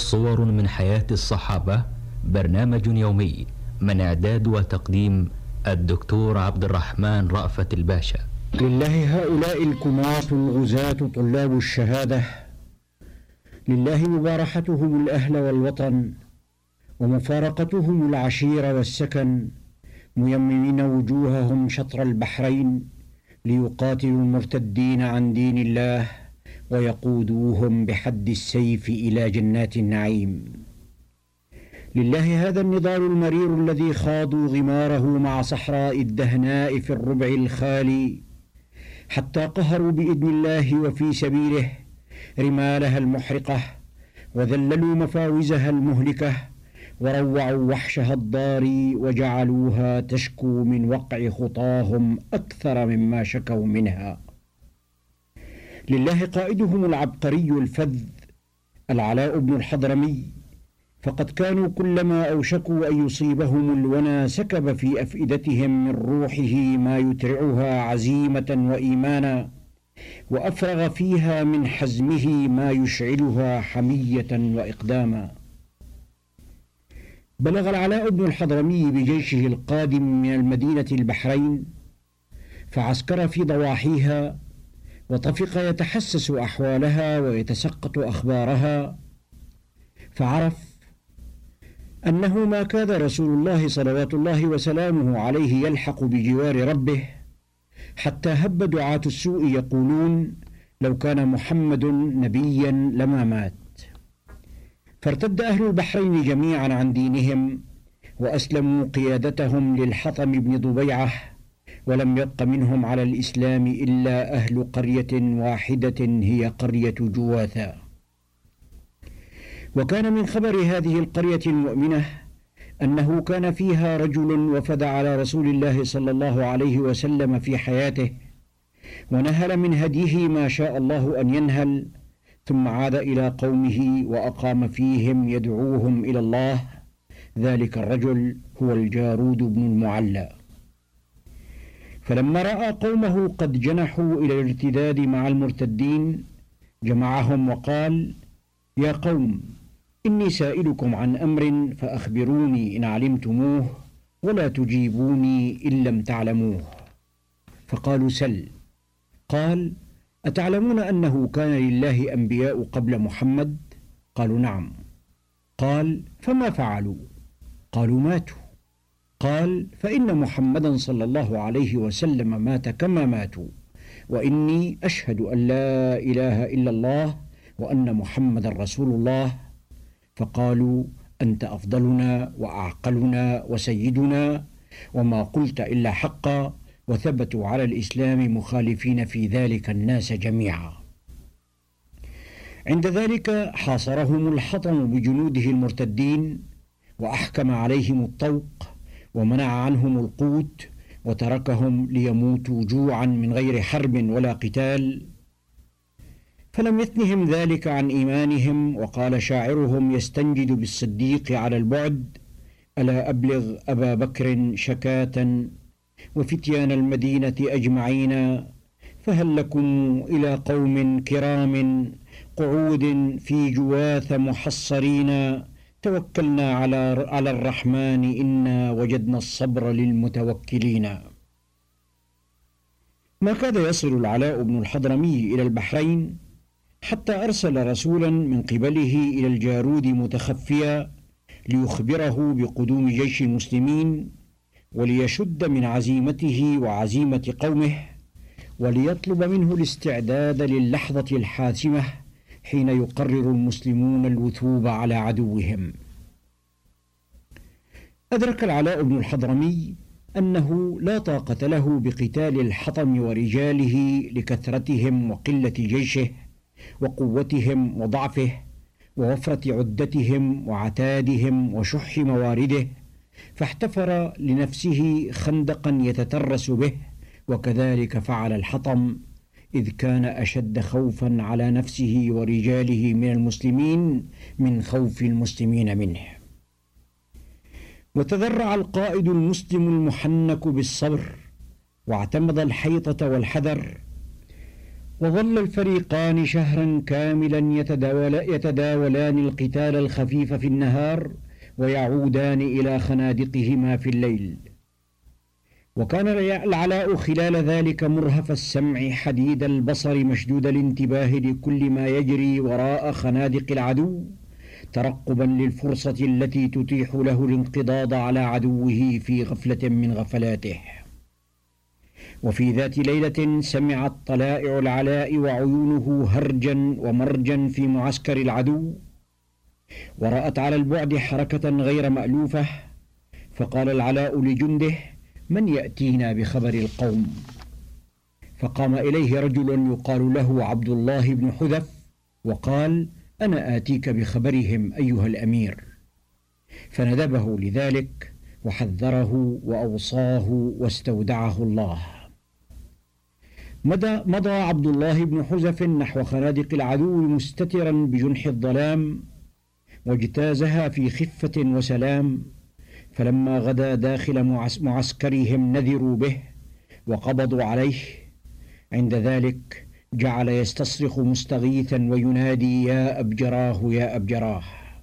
صور من حياة الصحابة، برنامج يومي من إعداد وتقديم الدكتور عبد الرحمن رأفت الباشا. لله هؤلاء الكماة الغزاة طلاب الشهادة، لله مبارحتهم الأهل والوطن ومفارقتهم العشير والسكن، ميممين وجوههم شطر البحرين ليقاتلوا المرتدين عن دين الله ويقودوهم بحد السيف إلى جنات النعيم. لله هذا النضال المرير الذي خاضوا غماره مع صحراء الدهناء في الربع الخالي، حتى قهروا بإذن الله وفي سبيله رمالها المحرقة، وذللوا مفاوزها المهلكة، وروعوا وحشها الضاري، وجعلوها تشكو من وقع خطاهم أكثر مما شكوا منها. لله قائدهم العبقري الفذ العلاء بن الحضرمي، فقد كانوا كلما أوشكوا أن يصيبهم الونا سكب في أفئدتهم من روحه ما يترعها عزيمة وإيمانا، وأفرغ فيها من حزمه ما يشعلها حمية وإقداما. بلغ العلاء بن الحضرمي بجيشه القادم من المدينة البحرين، فعسكر في ضواحيها، وطفق يتحسس أحوالها ويتسقط أخبارها، فعرف أنه ما كاد رسول الله صلوات الله وسلامه عليه يلحق بجوار ربه، حتى هب دعاة السوء يقولون لو كان محمد نبيا لما مات. فارتد أهل البحرين جميعا عن دينهم، وأسلموا قيادتهم للحطم بن ضبيعة، ولم يبق منهم على الإسلام إلا أهل قرية واحدة هي قرية جواثا. وكان من خبر هذه القرية المؤمنة أنه كان فيها رجل وفد على رسول الله صلى الله عليه وسلم في حياته، ونهل من هديه ما شاء الله أن ينهل، ثم عاد إلى قومه وأقام فيهم يدعوهم إلى الله. ذلك الرجل هو الجارود بن المعلى. فلما رأى قومه قد جنحوا إلى الارتداد مع المرتدين، جمعهم وقال: يا قوم، إني سائلكم عن أمر فأخبروني إن علمتموه، ولا تجيبوني إن لم تعلموه. فقالوا: سل. قال: أتعلمون أنه كان لله أنبياء قبل محمد؟ قالوا: نعم. قال: فما فعلوا؟ قالوا: ماتوا. قال: فإن محمدا صلى الله عليه وسلم مات كما ماتوا، وإني أشهد أن لا إله إلا الله وأن محمد رسول الله. فقالوا: أنت أفضلنا وأعقلنا وسيدنا، وما قلت إلا حقا، وثبتوا على الإسلام مخالفين في ذلك الناس جميعا. عند ذلك حاصرهم الحطم بجنوده المرتدين، وأحكم عليهم الطوق، ومنع عنهم القوت، وتركهم ليموتوا جوعا من غير حرب ولا قتال. فلم يثنهم ذلك عن إيمانهم، وقال شاعرهم يستنجد بالصديق على البعد: ألا أبلغ أبا بكر شكاة وفتيان المدينة أجمعين، فهل لكم إلى قوم كرام قعود في جواث محصرين، توكلنا على الرحمن إنا وجدنا الصبر للمتوكلين. ما كاد يصل العلاء بن الحضرمي إلى البحرين حتى أرسل رسولا من قبله إلى الجارود متخفيا ليخبره بقدوم جيش المسلمين، وليشد من عزيمته وعزيمة قومه، وليطلب منه الاستعداد للحظة الحاسمة حين يقرر المسلمون الوثوب على عدوهم. أدرك العلاء بن الحضرمي أنه لا طاقة له بقتال الحطم ورجاله لكثرتهم وقلة جيشه وقوتهم وضعفه ووفرة عدتهم وعتادهم وشح موارده، فاحتفر لنفسه خندقا يتترس به، وكذلك فعل الحطم، إذ كان أشد خوفا على نفسه ورجاله من المسلمين من خوف المسلمين منه. وتذرع القائد المسلم المحنك بالصبر، واعتمد الحيطة والحذر، وظل الفريقان شهرا كاملا يتداولان القتال الخفيف في النهار ويعودان إلى خنادقهما في الليل. وكان العلاء خلال ذلك مرهف السمع حديد البصر مشدود الانتباه لكل ما يجري وراء خنادق العدو، ترقبا للفرصة التي تتيح له الانقضاض على عدوه في غفلة من غفلاته. وفي ذات ليلة سمعت طلائع العلاء وعيونه هرجا ومرجا في معسكر العدو، ورأت على البعد حركة غير مألوفة، فقال العلاء لجنده: من يأتينا بخبر القوم؟ فقام إليه رجل يقال له عبد الله بن حذف وقال: أنا آتيك بخبرهم أيها الأمير. فندبه لذلك وحذره وأوصاه واستودعه الله. مضى عبد الله بن حذف نحو خنادق العدو مستترا بجنح الظلام، واجتازها في خفة وسلام. فلما غدا داخل معسكرهم نذروا به وقبضوا عليه. عند ذلك جعل يستصرخ مستغيثا وينادي: يا أبجراه يا أبجراه.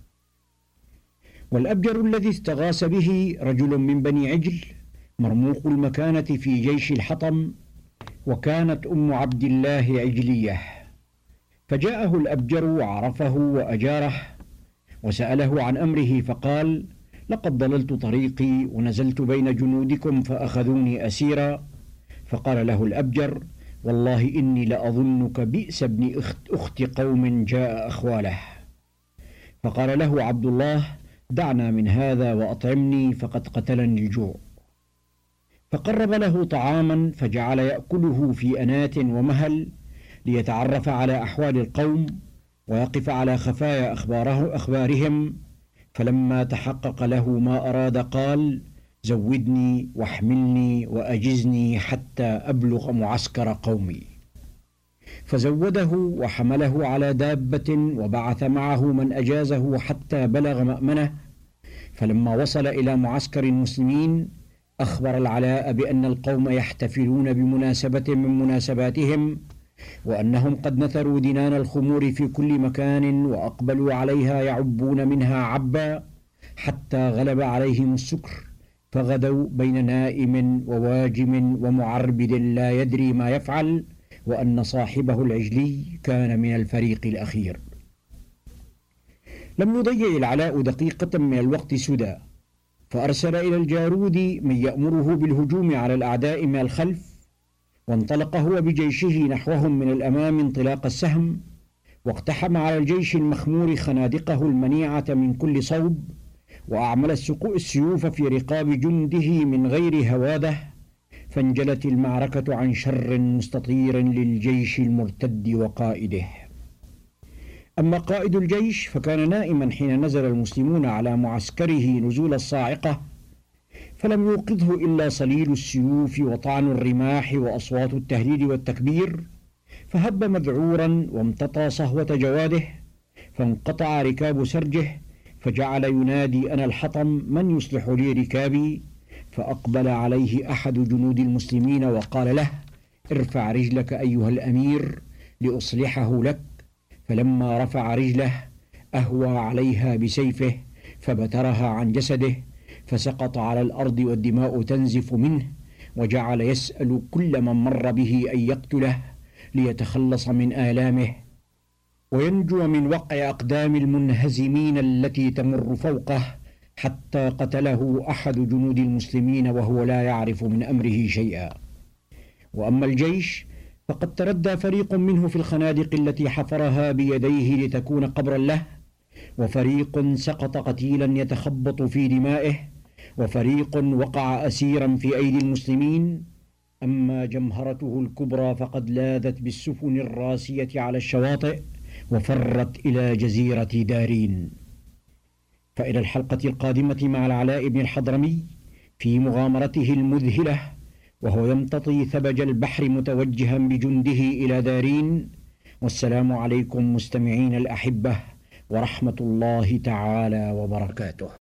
والأبجر الذي استغاث به رجل من بني عجل مرموق المكانة في جيش الحطم، وكانت أم عبد الله عجلية. فجاءه الأبجر وعرفه وأجاره وسأله عن أمره، فقال: لقد ضللت طريقي ونزلت بين جنودكم فأخذوني أسيرا. فقال له الأبجر: والله إني لأظنك بئس ابن أخت قوم جاء أخواله. فقال له عبد الله: دعنا من هذا وأطعمني فقد قتلني الجوع. فقرب له طعاما فجعل يأكله في أنات ومهل ليتعرف على أحوال القوم ويقف على خفايا أخبارهم. فلما تحقق له ما أراد قال: زودني واحملني وأجزني حتى أبلغ معسكر قومي. فزوده وحمله على دابة وبعث معه من أجازه حتى بلغ مأمنه. فلما وصل إلى معسكر المسلمين أخبر العلاء بأن القوم يحتفلون بمناسبة من مناسباتهم، وأنهم قد نثروا دنان الخمور في كل مكان وأقبلوا عليها يعبون منها عبا حتى غلب عليهم السكر، فغدوا بين نائم وواجم ومعربد لا يدري ما يفعل، وأن صاحبه العجلي كان من الفريق الأخير. لم يضيع العلاء دقيقة من الوقت سدى، فأرسل إلى الجارود من يأمره بالهجوم على الأعداء من الخلف، وانطلق هو بجيشه نحوهم من الأمام انطلاق السهم، واقتحم على الجيش المخمور خنادقه المنيعة من كل صوب، وأعمل السيوف في رقاب جنده من غير هواده، فانجلت المعركة عن شر مستطير للجيش المرتد وقائده. أما قائد الجيش فكان نائما حين نزل المسلمون على معسكره نزول الصاعقة، فلم يوقظه إلا صليل السيوف وطعن الرماح وأصوات التهليل والتكبير، فهب مذعورا وامتطى صهوة جواده، فانقطع ركاب سرجه، فجعل ينادي: أنا الحطم، من يصلح لي ركابي؟ فأقبل عليه أحد جنود المسلمين وقال له: ارفع رجلك أيها الأمير لأصلحه لك. فلما رفع رجله أهوى عليها بسيفه فبترها عن جسده، فسقط على الأرض والدماء تنزف منه، وجعل يسأل كل من مر به أن يقتله ليتخلص من آلامه وينجو من وقع أقدام المنهزمين التي تمر فوقه، حتى قتله أحد جنود المسلمين وهو لا يعرف من أمره شيئا. وأما الجيش فقد تردى فريق منه في الخنادق التي حفرها بيديه لتكون قبرا له، وفريق سقط قتيلا يتخبط في دمائه، وفريق وقع أسيرا في أيدي المسلمين. أما جمهرته الكبرى فقد لاذت بالسفن الراسية على الشواطئ وفرت إلى جزيرة دارين. فإلى الحلقة القادمة مع العلاء بن الحضرمي في مغامرته المذهلة وهو يمتطي ثبج البحر متوجها بجنده إلى دارين. والسلام عليكم مستمعين الأحبة ورحمة الله تعالى وبركاته.